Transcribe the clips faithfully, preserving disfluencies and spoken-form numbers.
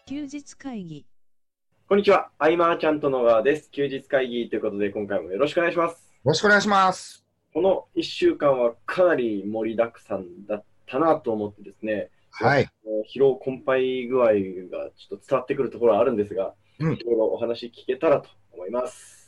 休日会議。 こんにちは。アイマーちゃんと野川です。休日会議ということで、今回もよろしくお願いします。よろしくお願いします。 このいっしゅうかんはかなり盛りだくさんだったなと思ってですね、 はい。 疲労困憊具合がちょっと伝わってくるところはあるんですが、 うん、 いろいろお話聞けたらと思います。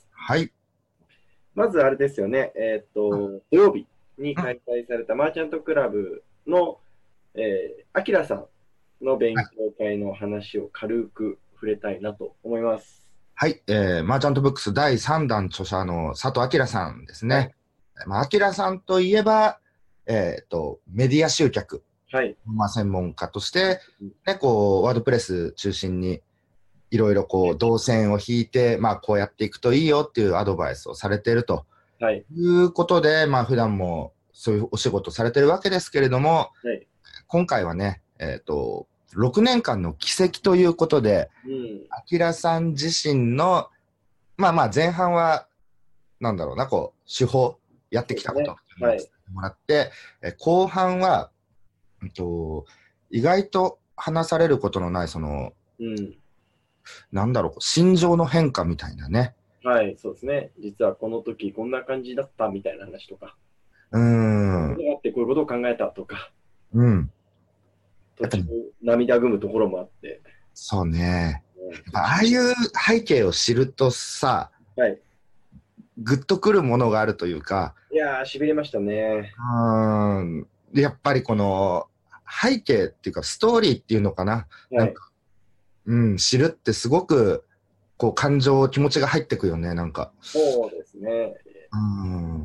はい。 まずあれですよね、えっ、と、土曜日に開催されたマーチャントクラブの、えー、アキラさんの勉強会の話を軽く触れたいなと思います。 はい、えー、マーチャントブックスだいさんだん著者の佐藤明さんですね。はい、まあ、明さんといえば、えっ、ー、と、メディア集客、 はい、 まあ、専門家として、ね、こう、ワードプレス中心に、いろいろこう、動線を引いて、まあ、こうやっていくといいよっていうアドバイスをされているということで、はい、まあ、普段もそういうお仕事されてるわけですけれども、はい、今回はね、えっ、ー、と、ろくねんかんの軌跡ということで、あきらさん自身の、まあまあ前半は、なんだろうな、こう、手法、やってきたことを伝えてもらって、はい、え後半は、えっと、意外と話されることのない、その、うん、なんだろう、心情の変化みたいなね。 はい、そうですね。実はこの時こんな感じだったみたいな話とか。 うーん。 こうやってこういうことを考えたとか。 うん。 途中涙ぐむところもあって。 そうね。ああいう背景を知るとさ、はい、グッとくるものがあるというか。 いやー、しびれましたね。 うん。で、やっぱりこの背景っていうか、ストーリーっていうのかな。はい、なんか、うん、知るってすごく、こう、感情、気持ちが入ってくよね、なんか。 そうですね。 うん。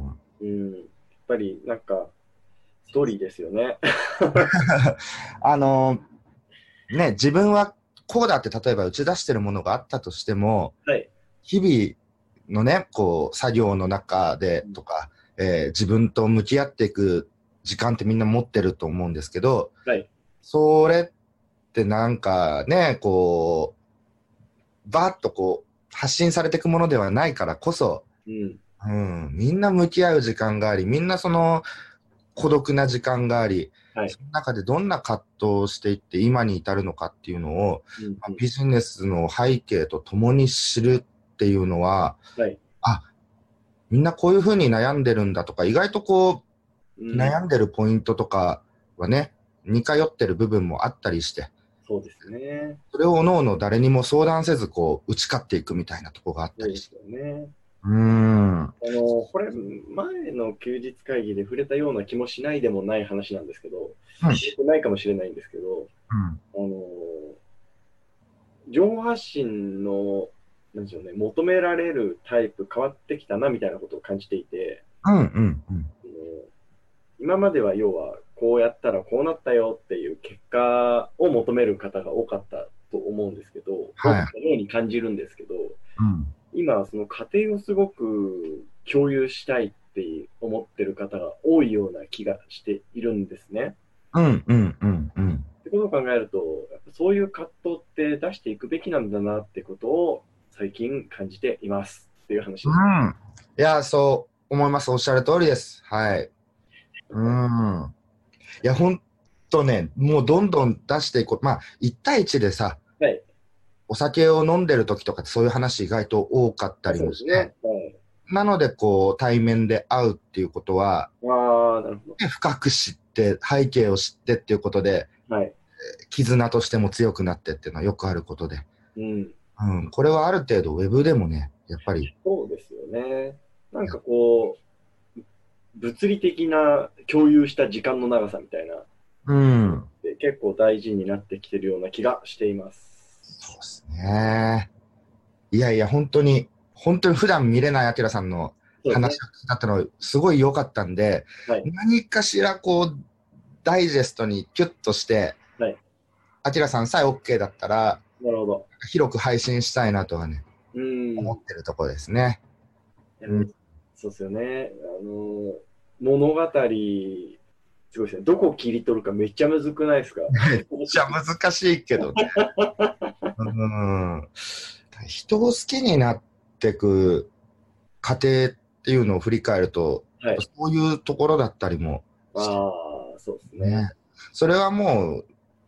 うん。やっぱり、なんか、ストーリーですよね。 あの、ね、自分はこうだって例えば打ち出してるものがあったとしても、はい、日々のね、こう、作業の中でとか、うん、えー、自分と向き合っていく時間ってみんな持ってると思うんですけど、はい、それってなんかね、こう、バーッとこう、発信されていくものではないからこそ、うんうん、みんな向き合う時間があり、みんなその孤独な時間があり、はい、その中でどんな葛藤をしていって今に至るのかっていうのを、うんうんまあ、ビジネスの背景とともに知るっていうのは、はい、あ、みんなこういうふうに悩んでるんだとか、意外とこう、うん、悩んでるポイントとかはね、似通ってる部分もあったりして、 そうですね。 それをおのおの誰にも相談せずこう打ち勝っていくみたいなところがあったりして。 そうですよね。 うーん。 あの、これ、前の休日会議で触れたような気もしないでもない話なんですけど、うん、触れてないかもしれないんですけど、うん、あの、情報発信の、なんでしょうね、求められるタイプ変わってきたなみたいなことを感じていて、 うんうんうん、 今までは要は、こうやったらこうなったよっていう結果を求める方が多かったと思うんですけど、はい、そのように感じるんですけど、うん今はその過程をすごく共有したいって思ってる方が多いような気がしているんですね。 うんうんうんうん。 ってことを考えると、やっぱそういう葛藤って出していくべきなんだなってことを最近感じていますっていう話です。 うん。いや、そう思います。おっしゃる通りです。はい。うん。いや、ほんとね、もうどんどん出していこう。まあ、いち対いちでさ、はい、お酒を飲んでる時とかってそういう話意外と多かったりもして、ねはい、なのでこう対面で会うっていうことは、 あなるほど深く知って背景を知ってっていうことで、はい、絆としても強くなってっていうのはよくあることで、うんうん、これはある程度ウェブでもねやっぱりそうですよね。なんかこう物理的な共有した時間の長さみたいな、うん、結構大事になってきてるような気がしています。 そうですね。いやいや、本当に、本当に普段見れない明さんの話を聞いたってのはすごい良かったんで、はい、何かしらこう、ダイジェストにキュッとして、はい、明さんさえ OK だったら、 なるほど。 広く配信したいなとはね、うん思ってるところですね。 うん、そうですよね。あの、物語、すごいですね。どこ切り取るかめっちゃむずくないですか？ めっちゃ難しいけどね。うん人を好きになっていく過程っていうのを振り返ると、はい、そういうところだったりもああ、そうですね。ね。 それはもう、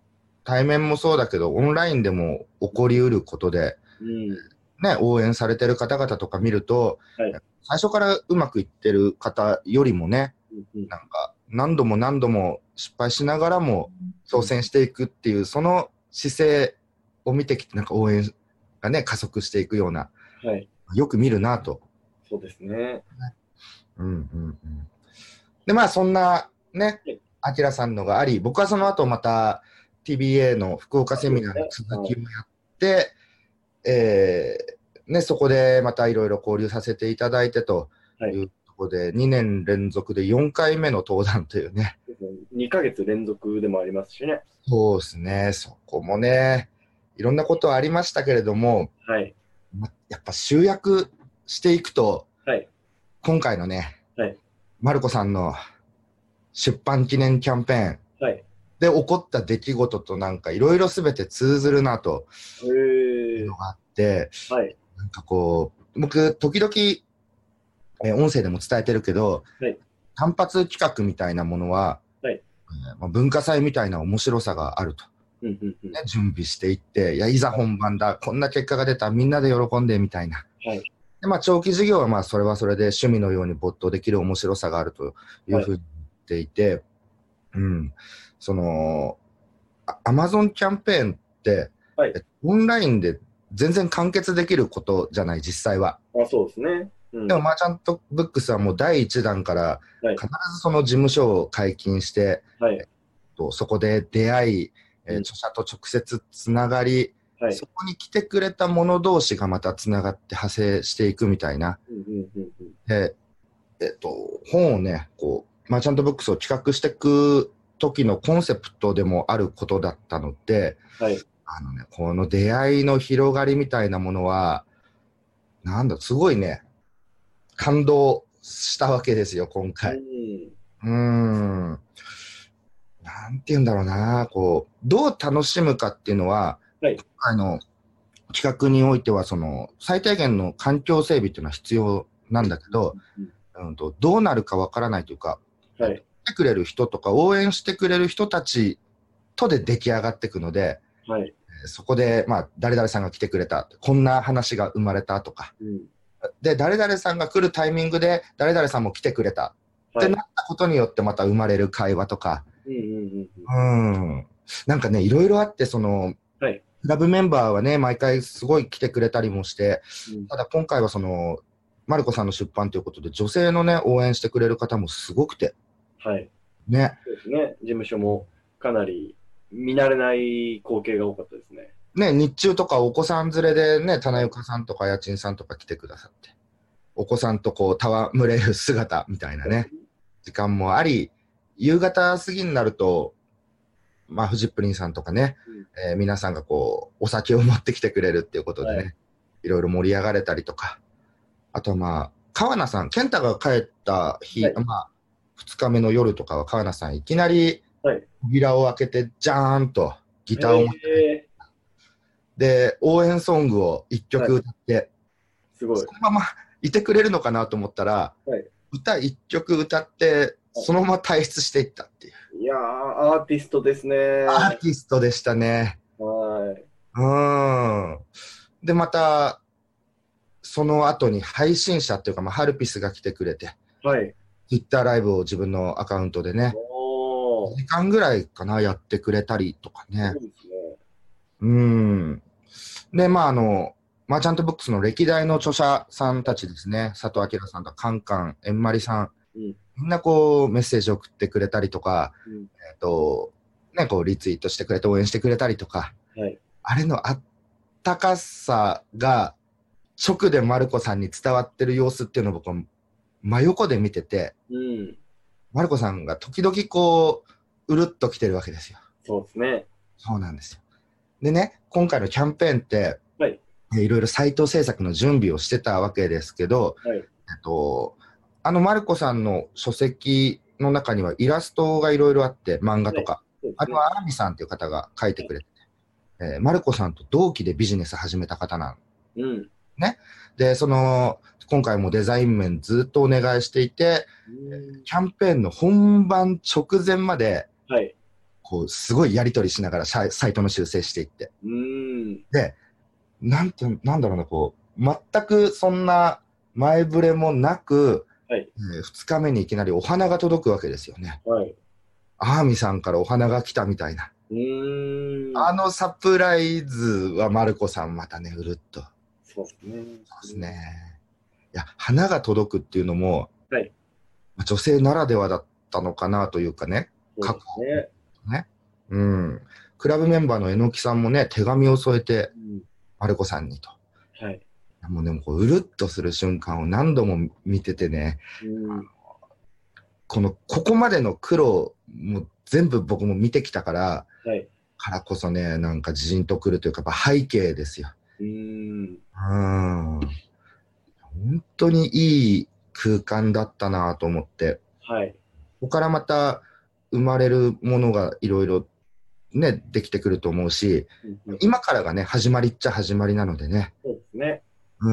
対面もそうだけど、オンラインでも起こりうることで、 うんね、応援されてる方々とか見ると、 はい、 最初からうまくいってる方よりもね、 うんうん、 なんか何度も何度も失敗しながらも挑戦していくっていう、その姿勢を見てきて、なんか応援がね、加速していくような、 はい、 よく見るなと。 そうですね。 うんうんうん。で、まあそんなね、あきらさんのがあり、僕はその後また ティービーエー の福岡セミナーの続きをやって、えーね、そこでまたいろいろ交流させていただいてというところで、はい、にねん連続でよんかいめの登壇というね。 にかげつ連続でもありますしね。 そうですね、そこもね、いろんなことありましたけれども、 はい、 ま、やっぱ集約していくと、 はい、 今回のね、 はい、 マルコさんの出版記念キャンペーン、 はい、で起こった出来事となんかいろいろすべて通ずるなというのがあって、 はい、 なんかこう、僕、時々、えー、音声でも伝えてるけど、はい、単発企画みたいなものは、はいえーまあ、文化祭みたいな面白さがあると。 うんうんうんね、 準備していって、いや、いざ本番だ、こんな結果が出た、みんなで喜んでみたいな。はいでまあ、長期事業はまあそれはそれで趣味のように没頭できる面白さがあるというふうに言っていて、はい、うん、その、アマゾンキャンペーンって、はい、オンラインで全然完結できることじゃない、実際は。 あ、そうですね。うん、 でもマーチャントブックスはもうだいいちだんから必ずその事務所を解禁して、はいえっと、そこで出会い、えー、著者と直接つながり、はい、そこに来てくれた者同士がまたつながって派生していくみたいな。うんうんうんうん、で、えっと、本をね、こう、マーチャントブックスを企画していく時のコンセプトでもあることだったので、はい、あのね、この出会いの広がりみたいなものは、なんだ、すごいね、感動したわけですよ、今回。うーん。なんて言うんだろうな、こう、どう楽しむかっていうのは、はい、今回の企画においては、その、最低限の環境整備っていうのは必要なんだけど、うん、うん、とどうなるかわからないというか、はい、来てくれる人とか応援してくれる人たちとで出来上がっていくので、はい、そこで、まあ、誰々さんが来てくれた、こんな話が生まれたとか、うん、で、誰々さんが来るタイミングで、誰々さんも来てくれた、はい、ってなったことによってまた生まれる会話とか、うんうんうんうん、なんかね、いろいろあって、その、はい、クラブメンバーはね、毎回すごい来てくれたりもして、うん、ただ今回はその、マルコさんの出版ということで、女性のね、応援してくれる方もすごくて。 はい。ね。そうですね。事務所もかなり見慣れない光景が多かったですね。 ね、日中とかお子さん連れでね、棚床さんとか家賃さんとか来てくださって、お子さんとこう戯れる姿みたいなね、時間もあり、夕方過ぎになると、まあ、フジップリンさんとかね、うんえー、皆さんがこう、お酒を持ってきてくれるっていうことでね、はい、いろいろ盛り上がれたりとか、あとはまあ、川名さん、健太が帰った日、はい、まあ、ふつかめの夜とかは川名さん、いきなり扉を開けて、ジャーンとギターを持って、で、応援ソングをいっきょく歌って、はい、 すごい。 そのままいてくれるのかなと思ったら、はい、歌いっきょく歌って、そのまま退出していったっていう。 いやー、アーティストですね。 アーティストでしたね。 はい。 うん。で、また、その後に配信者っていうか、まあ、ハルピスが来てくれて、 はい。 ツイッターライブを自分のアカウントでね、にじかんぐらいかな、やってくれたりとかね。そうですね。うん。で、まあ、あの、マーチャントブックスの歴代の著者さんたちですね、佐藤明さんとカンカン、えんまりさん、うん、みんなこうメッセージを送ってくれたりとか、うん、えっと、ね、こうリツイートしてくれて応援してくれたりとか、はい、あれのあったかさが直でマルコさんに伝わってる様子っていうのを僕は真横で見てて、うん、マルコさんが時々こう、うるっと来てるわけですよ。 そうですね。 そうなんですよ。でね、今回のキャンペーンって、はい、いろいろサイト制作の準備をしてたわけですけど、はい、えっと、あのマルコさんの書籍の中にはイラストがいろいろあって、漫画とか、はい、あれはアラミさんという方が書いてくれて、はいえー、マルコさんと同期でビジネス始めた方なん、うん、ね。で、その、今回もデザイン面ずっとお願いしていて、キャンペーンの本番直前まで、はい、 こう、すごいやり取りしながらサイサイトの修正していって。 うん。 で、なんて、なんだろうな、こう、全くそんな前触れもなく、はい、えー、ふつかめにいきなりお花が届くわけですよね。 はい。 アーミさんからお花が来たみたいな。 うーん。 あのサプライズはマルコさんまたね、うるっと。 そうですね。そうですね。いや、花が届くっていうのも、 はい、 女性ならではだったのかなというかね、過去ね。 ね。うん。クラブメンバーの榎木さんもね、手紙を添えて、うん、マルコさんにと。 はい。 もうでもこう、うるっとする瞬間を何度も見ててね、うん、この、ここまでの苦労も全部僕も見てきたから、はい、からこそね、なんかじんとくるというか、やっぱ背景ですよ。うん。本当にいい空間だったなと思って、はい、ここからまた生まれるものがいろいろね、できてくると思うし、うんうん、今からがね、始まりっちゃ始まりなのでね。 そうですね。 うん。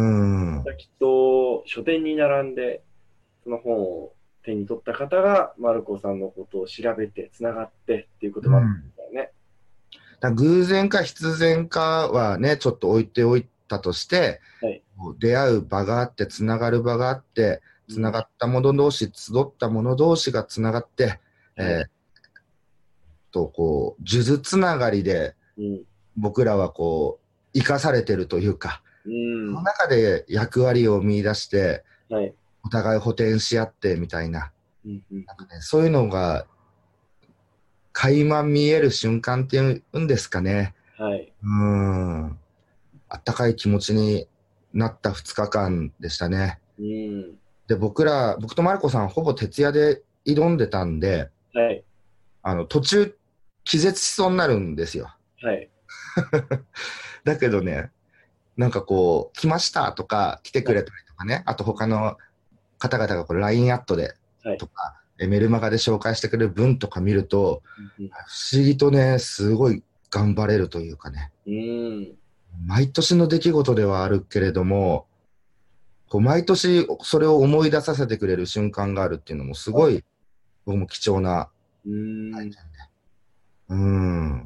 きっと書店に並んで、その本を手に取った方が、マルコさんのことを調べて、つながってっていうこともあるんですよね。 うん、だ偶然か必然かはね、ちょっと置いておいたとして、はい、出会う場があって、つながる場があって、つながった者同士、集った者同士がつながって、うん、えーとこう数珠つながりで僕らはこう生かされてるというか、うん、その中で役割を見出して、はい、お互い補填し合ってみたいな、うんうん、なんかね、そういうのが垣間見える瞬間っていうんですかね、はい、うんあったかい気持ちになったふつかかんでしたね、うん、で僕ら僕とマルコさんほぼ徹夜で挑んでたんで、はい、あの途中気絶しそうになるんですよ。はい。だけどね、なんかこう、来ましたとか、来てくれたりとかね、はい、あと他の方々がこれ ライン アットでとか、はい、メルマガで紹介してくれる文とか見ると、うん、不思議とね、すごい頑張れるというかね。うん、毎年の出来事ではあるけれども、こう毎年それを思い出させてくれる瞬間があるっていうのもすごい、僕も貴重な体験で。うん。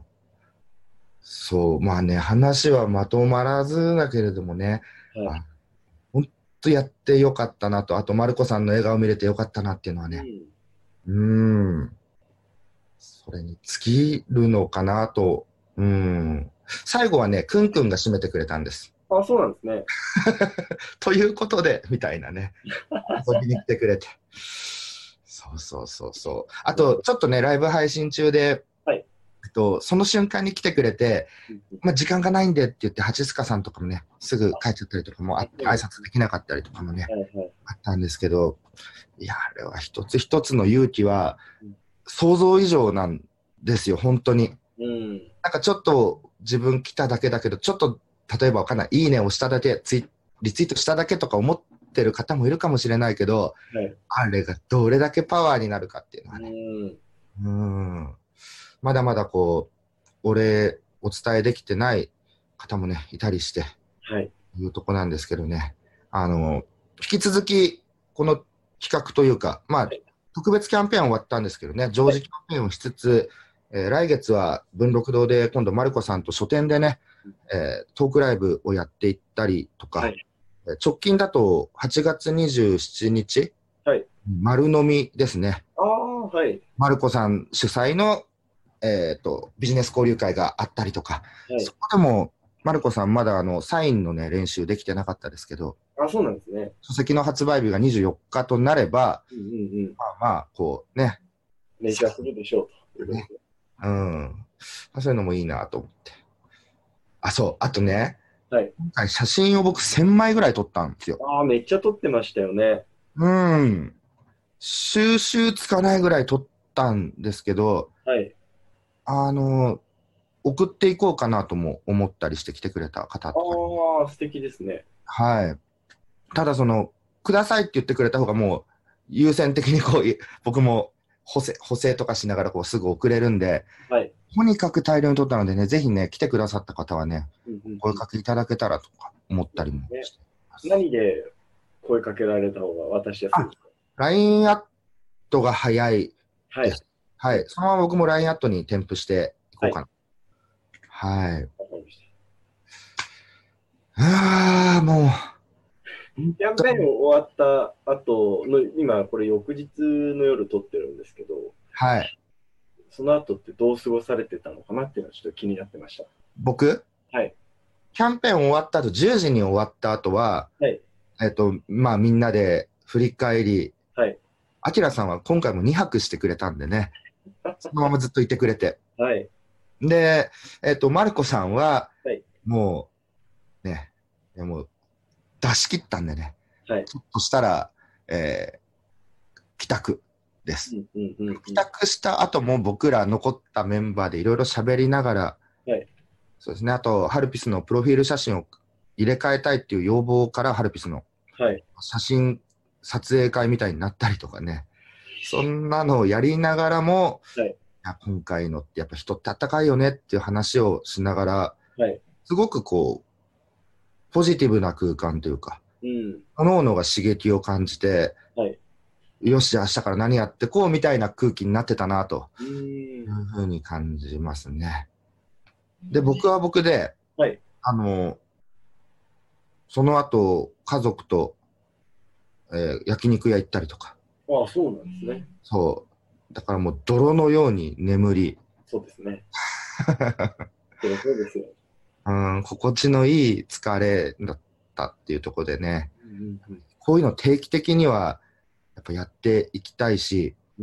そう、まあね、話はまとまらずだけれどもね、はい、本当やってよかったなと、あと、マルコさんの笑顔見れてよかったなっていうのはね、うん、ん、それに尽きるのかなと、うん、最後はね、くんくんが締めてくれたんです。 あ、そうなんですね。 ということで、みたいなね、遊びに来てくれて。そうそうそうそう。あと、ちょっとね、ライブ配信中で、はい、とその瞬間に来てくれて、まあ、時間がないんでって言って、蜂須賀さんとかもね、すぐ帰っちゃったりとかもあって、挨拶できなかったりとかもね、あったんですけど、いや、あれは一つ一つの勇気は、想像以上なんですよ、本当に。うん、なんかちょっと自分来ただけだけど、ちょっと、例えばわかんない、いいねをしただけ、ツイリツイートしただけとか思ってる方もいるかもしれないけど、はい、あれがどれだけパワーになるかっていうのはね。うん、うんまだまだこう、お礼お伝えできてない方もね、いたりして、はい。いうとこなんですけどね。あの、引き続き、この企画というか、まあ、はい、特別キャンペーン終わったんですけどね、常時キャンペーンをしつつ、はい、えー、来月は文禄堂で今度マルコさんと書店でね、えー、トークライブをやっていったりとか、はい、直近だとはちがつにじゅうしちにち、はい、丸飲みですね。あはい、マルコさん主催のえーと、ビジネス交流会があったりとか、はい、そこでも、マルコさんまだあのサインの、ね、練習できてなかったですけど、 あ、そうなんですね。 書籍の発売日がにじゅうよっかとなれば、うんうんうん、まあまあ、こうね。 練習はするでしょうと、ね。 うん。まあ、そういうのもいいなと思って。あ、そう、あとね、はい、今回写真を僕せんまいぐらい撮ったんですよ。 ああ、めっちゃ撮ってましたよね。 うん。収集つかないぐらい撮ったんですけど、はい。あの、送っていこうかなとも思ったりして来てくれた方とか。 ああ、素敵ですね。 はい。ただその、くださいって言ってくれた方がもう優先的にこう、僕も補正、補正とかしながらこうすぐ送れるんで、はい。とにかく大量に取ったのでね、ぜひね、来てくださった方はね、うんうんうん、声かけいただけたらとか思ったりもしてます。 ね、何で声かけられた方が渡しやすいですか？ ライン アットが早いです。 はい。 はい。そのまま僕も ライン アットに添付していこうかな。はい。はい。わかりました。ああ、もう。 キャンペーン終わった後の、今これ翌日の夜撮ってるんですけど、 はい。 その後ってどう過ごされてたのかなっていうのはちょっと気になってました。 僕はい。 キャンペーン終わった後、じゅうじに終わった後は、はい。えっと、まあみんなで振り返り、はい。アキラさんは今回もにはくしてくれたんでね、そのままずっといてくれて。はい。で、えっと、マルコさんは、はい。もう、ね、もう、出し切ったんでね。はい。ちょっとしたら、えー、帰宅です。うんうんうんうん、帰宅した後も僕ら残ったメンバーでいろいろ喋りながら、はい。そうですね。あと、ハルピスのプロフィール写真を入れ替えたいっていう要望から、ハルピスの、はい。写真撮影会みたいになったりとかね。そんなのをやりながらも、はい。いや今回のってやっぱ人ってあったかいよねっていう話をしながら、はい。すごくこう、ポジティブな空間というか、うん。各々が刺激を感じて、はい。よし、明日から何やってこうみたいな空気になってたなというふうに感じますね。で、僕は僕で、はい、あの、その後、家族と、えー、焼肉屋行ったりとか。 ああ、そうなんですね。 そう。だからもう泥のように眠り。 そうですね。そうですよ。 うん、心地のいい疲れだったっていうところでね、うんうん、こういうの定期的にはやっぱやっていきたいし、うん、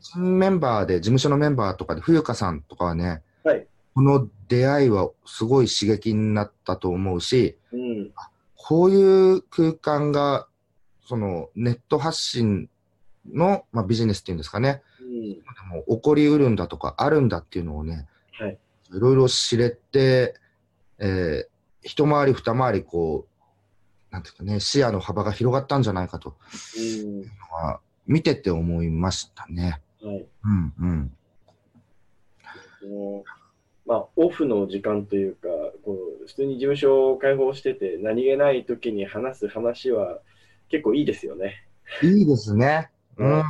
メンバーで、事務所のメンバーとかで、冬香さんとかはね、はい、この出会いはすごい刺激になったと思うし、うん、こういう空間が、そのネット発信の、まあ、ビジネスっていうんですかね、うん、でも起こりうるんだとか、あるんだっていうのをね、はい、いろいろ知れて、えー、一回り二回りこう、なんていうかね、視野の幅が広がったんじゃないかというのは、見てて思いましたね。はい。うんうん。 まあ、オフの時間というか、こう普通に事務所を開放してて、何気ない時に話す話は結構いいですよね。 いいですね。うん。うん、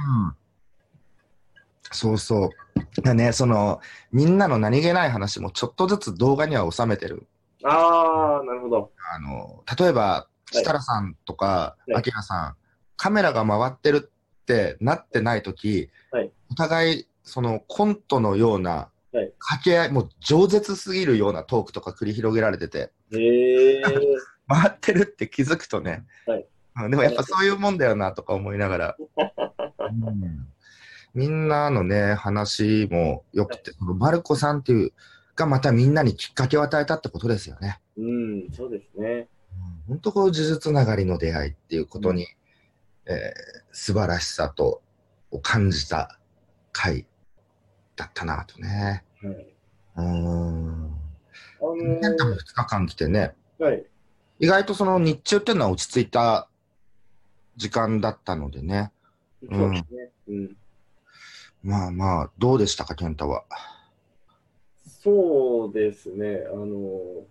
そうそう。だね、その、みんなの何気ない話もちょっとずつ動画には収めてる。 ああ、なるほど。 あの、例えば、設楽さんとか、あきらさん、カメラが回ってるってなってないとき、はい、お互い、そのコントのような、掛け合い、もう饒舌すぎるようなトークとか繰り広げられてて、へ回ってるって気づくとね、はい、でもやっぱそういうもんだよなとか思いながら、うん、みんなのね、話も良くて、そのマルコさんっていうがまたみんなにきっかけを与えたってことですよね。 うん、そうですね。 本当こう、呪術つながりの出会いっていうことに、うん、えー、素晴らしさとを感じた回だったなとね。はい、うーん。あのー、健太もふつかかん来てね、はい、意外とその日中っていうのは落ち着いた時間だったのでね。 そうですね。うん。 まあまあ、どうでしたか、健太は。 そうですね。あのー、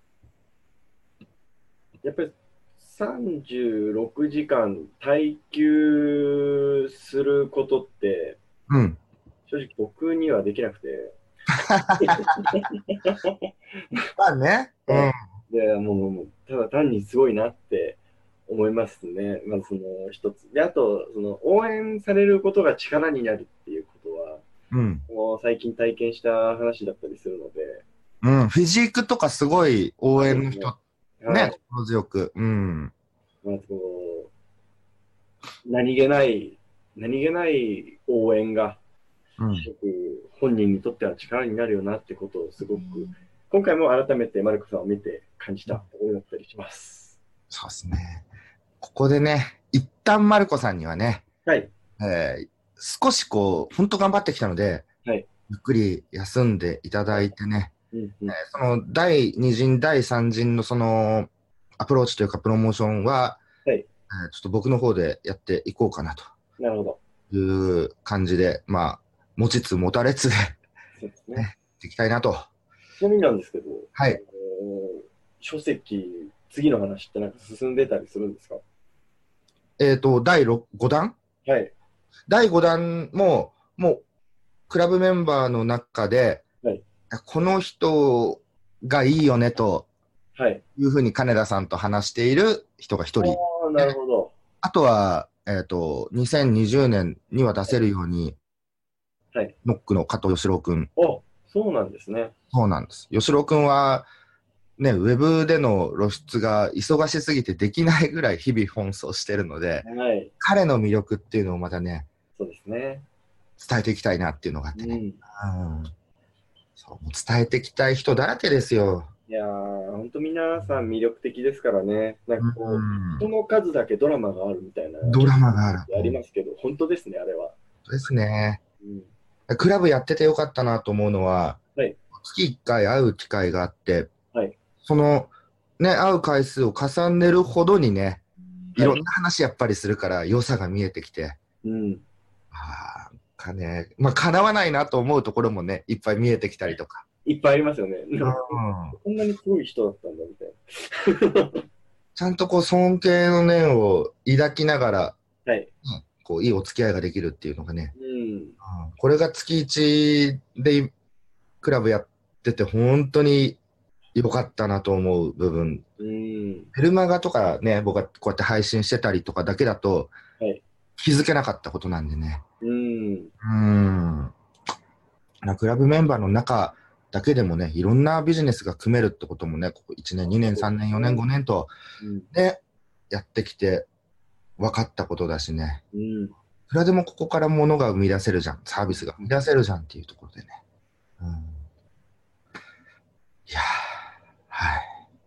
やっぱりさんじゅうろくじかん耐久することって、うん、正直僕にはできなくて。 まあね。 うん。で、もう、もうただ単にすごいなって思いますね。まずその一つ。で、あと、その応援されることが力になるっていうことは、うん、もう最近体験した話だったりするので。 うん、フィジークとかすごい応援の人、ね、心強く。うん。 まあ、その、何気ない、何気ない応援が、うん、本人にとっては力になるよなってことをすごく、今回も改めてマルコさんを見て感じたところだったりします。 そうですね。ここでね、一旦マルコさんにはね、はい。えー、少しこう、本当頑張ってきたので、はい。ゆっくり休んでいただいてね、はい、うんうん、えー、その第二陣、第三陣のそのアプローチというかプロモーションは、はい。えー、ちょっと僕の方でやっていこうかなと。 なるほど。 いう感じで、まあ、持ちつ持たれつで、そうですね。ね、いきたいなと。 ちなみになんですけど、はい。あのー、書籍、次の話ってなんか進んでたりするんですか？ えっと、だいごだん？はい。だいごだんも、もう、 クラブメンバーの中で、はい、この人がいいよねと、はい、いうふうに金田さんと話している人が一人。 あ、なるほど。 あとは、えっと、にせんにじゅうねんには出せるように、はい、ノックの加藤義郎君。 お、そうなんですね。 そうなんです。義郎君は、ね、ウェブでの露出が忙しすぎてできないぐらい日々奔走してるので、はい、彼の魅力っていうのをまたね、 そうですね。 伝えていきたいなっていうのがあってね。うんうん、そう伝えていきたい人だらけですよ。 いやー、ほんと皆さん魅力的ですからね。なんかこう、うん、人の数だけドラマがあるみたいな。 ドラマがある。 ありますけど、本当ですね、あれは。 そうですね、うん。クラブやっててよかったなと思うのは、はい、月いっかい会う機会があって、はい、その、ね、会う回数を重ねるほどにね、いろんな話やっぱりするから、良さが見えてきて、うん、あかね、まあ、叶わないなと思うところもね、いっぱい見えてきたりとか。 いっぱいありますよね。うん、こんなにすごい人だったんだみたいな。 ちゃんとこう尊敬の念を抱きながら、はい、こういいお付き合いができるっていうのがね、うんうん、これが月いちでクラブやってて本当に良かったなと思う部分。うん、メルマガとかね、僕がこうやって配信してたりとかだけだと、はい、気づけなかったことなんでね。うん。うんクラブメンバーの中だけでもね、いろんなビジネスが組めるってこともね、ここいちねん、にねん、さんねん、よねん、ごねんと、ね、やってきて分かったことだしね。うん。いくらでもここから物が生み出せるじゃん、サービスが生み出せるじゃんっていうところでね。うん、いやー、はい。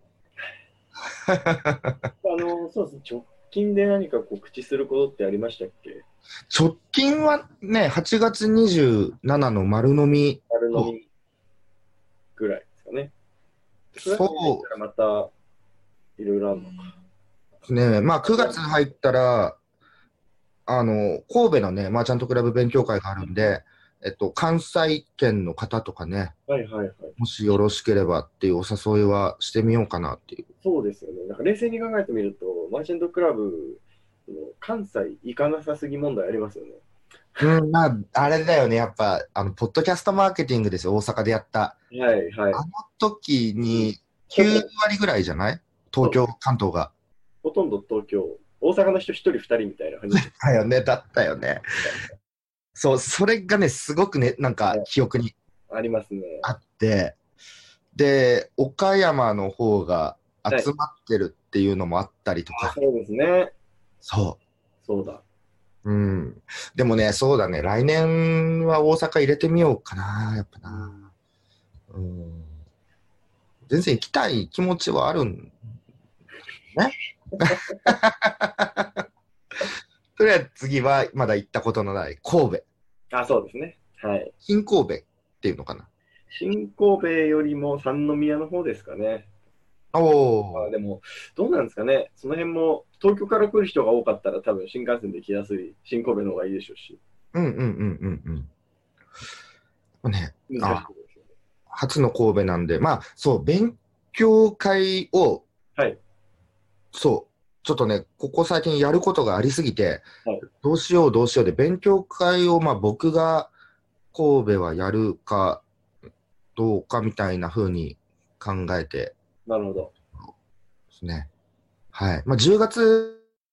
あの、そうですね、直近で何か告知することってありましたっけ？ 直近はね、はちがつにじゅうしちの丸飲み。 丸飲みぐらいですかね。そう。また、いろいろあるのか。 ね、まあくがつ入ったら、あの、神戸のね、マーチャントクラブ勉強会があるんで、えっと、関西圏の方とかね、はいはいはい、もしよろしければっていうお誘いはしてみようかなっていう。 そうですよね。なんか冷静に考えてみると、マーチャントクラブ、関西行かなさすぎ問題ありますよね。 うん、まあ、あれだよね、やっぱ、あの、ポッドキャストマーケティングですよ、大阪でやった。はいはい。あの時にきゅうわりぐらいじゃない？東京、関東が。 ほとんど東京。大阪の人ひとりふたりみたいな感じ。 だよね、だったよね。そう、それがね、すごくね、なんか記憶にありますね。 あって、で、岡山の方が集まってるっていうのもあったりとか。 はい、そうですね。 そう。 そうだ。 うん。でもね、そうだね、来年は大阪入れてみようかな、やっぱな。うん。全然行きたい気持ちはあるんね。とりあえず次はまだ行ったことのない神戸。 あ、そうですね。はい。 新神戸っていうのかな。 新神戸よりも三宮の方ですかね。 おあでも、どうなんですかね。その辺も、東京から来る人が多かったら多分新幹線で来やすい新神戸の方がいいでしょうし。 うんうんうんうんうん。ね、あ初の神戸なんで、まあ、そう、勉強会を、はい。そう、ちょっとね、ここ最近やることがありすぎて、はい、どうしようどうしようで、勉強会を、まあ、僕が神戸はやるかどうかみたいな風に考えて。 なるほど。 ですね。はい。まあ、じゅうがつ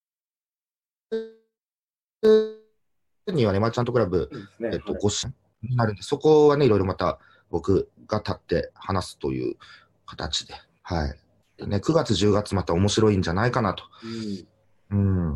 にはね、マーチャントクラブ、ね、えっと、はい、ご支援になるんで、そこはね、いろいろまた僕が立って話すという形で、はい。でね、くがつ、じゅうがつまた面白いんじゃないかなと。うん。うん。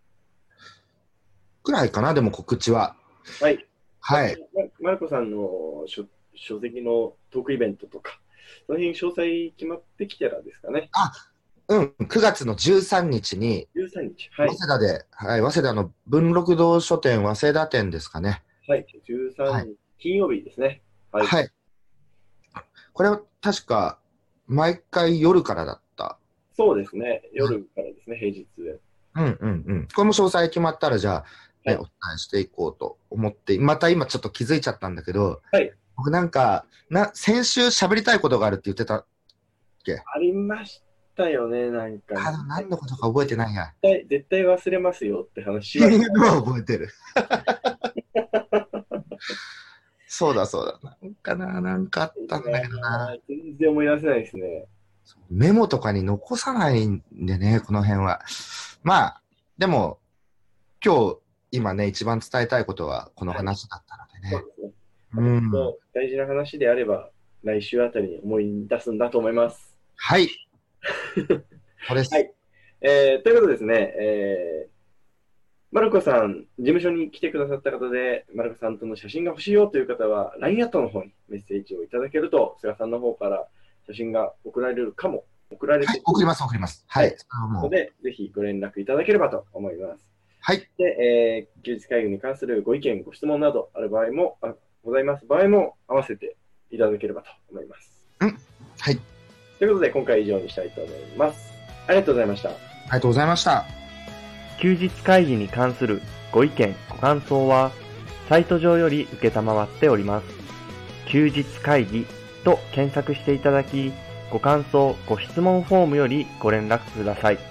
くらいかな、でも告知は。 はい。 はい。 マルコさんの書書籍のトークイベントとか、その辺詳細決まってきたらですかね。 あ、うん、くがつのじゅうさんにちに、 じゅうさんにち、はい、 早稲田で、はい、早稲田の文禄堂書店早稲田店ですかね。 はい、じゅうさんにち、はい、金曜日ですね。 はい。はい、これは確か、毎回夜からだった。 そうですね、夜からですね、平日で。 うんうんうん。これも詳細決まったら、じゃあ、ね、はい、お伝えしていこうと思って、また今ちょっと気づいちゃったんだけど、はい、僕なんか、な先週喋りたいことがあるって言ってたっけ？ ありましたよね、なんか、ね。 あ、何のことか覚えてないや。 絶対、絶対忘れますよって話は。覚えてる。 そうだそうだ。なんかな、なんかあったんだけどな。 全然思い出せないですね。 メモとかに残さないんでね、この辺は。まあ、でも、今日、今ね、一番伝えたいことはこの話だったのでね。はい、そうですね。 うん。大事な話であれば、来週あたりに思い出すんだと思います。 はい。そうです。 はい。えー、ということですね、えー、マルコさん、事務所に来てくださった方で、マルコさんとの写真が欲しいよという方は、ライン アットの方にメッセージをいただけると、菅さんの方から写真が送られるかも。送られて、はい、 送ります、送ります。はい。 なので、ぜひご連絡いただければと思います。 はい。 で、えー、休日会議に関するご意見、ご質問などある場合も、あございます場合も合わせていただければと思います。 うん。はい。 ということで、今回は以上にしたいと思います。ありがとうございました。ありがとうございました。 休日会議に関するご意見、ご感想は、サイト上より受けたまわっております。休日会議と検索していただき、ご感想、ご質問フォームよりご連絡ください。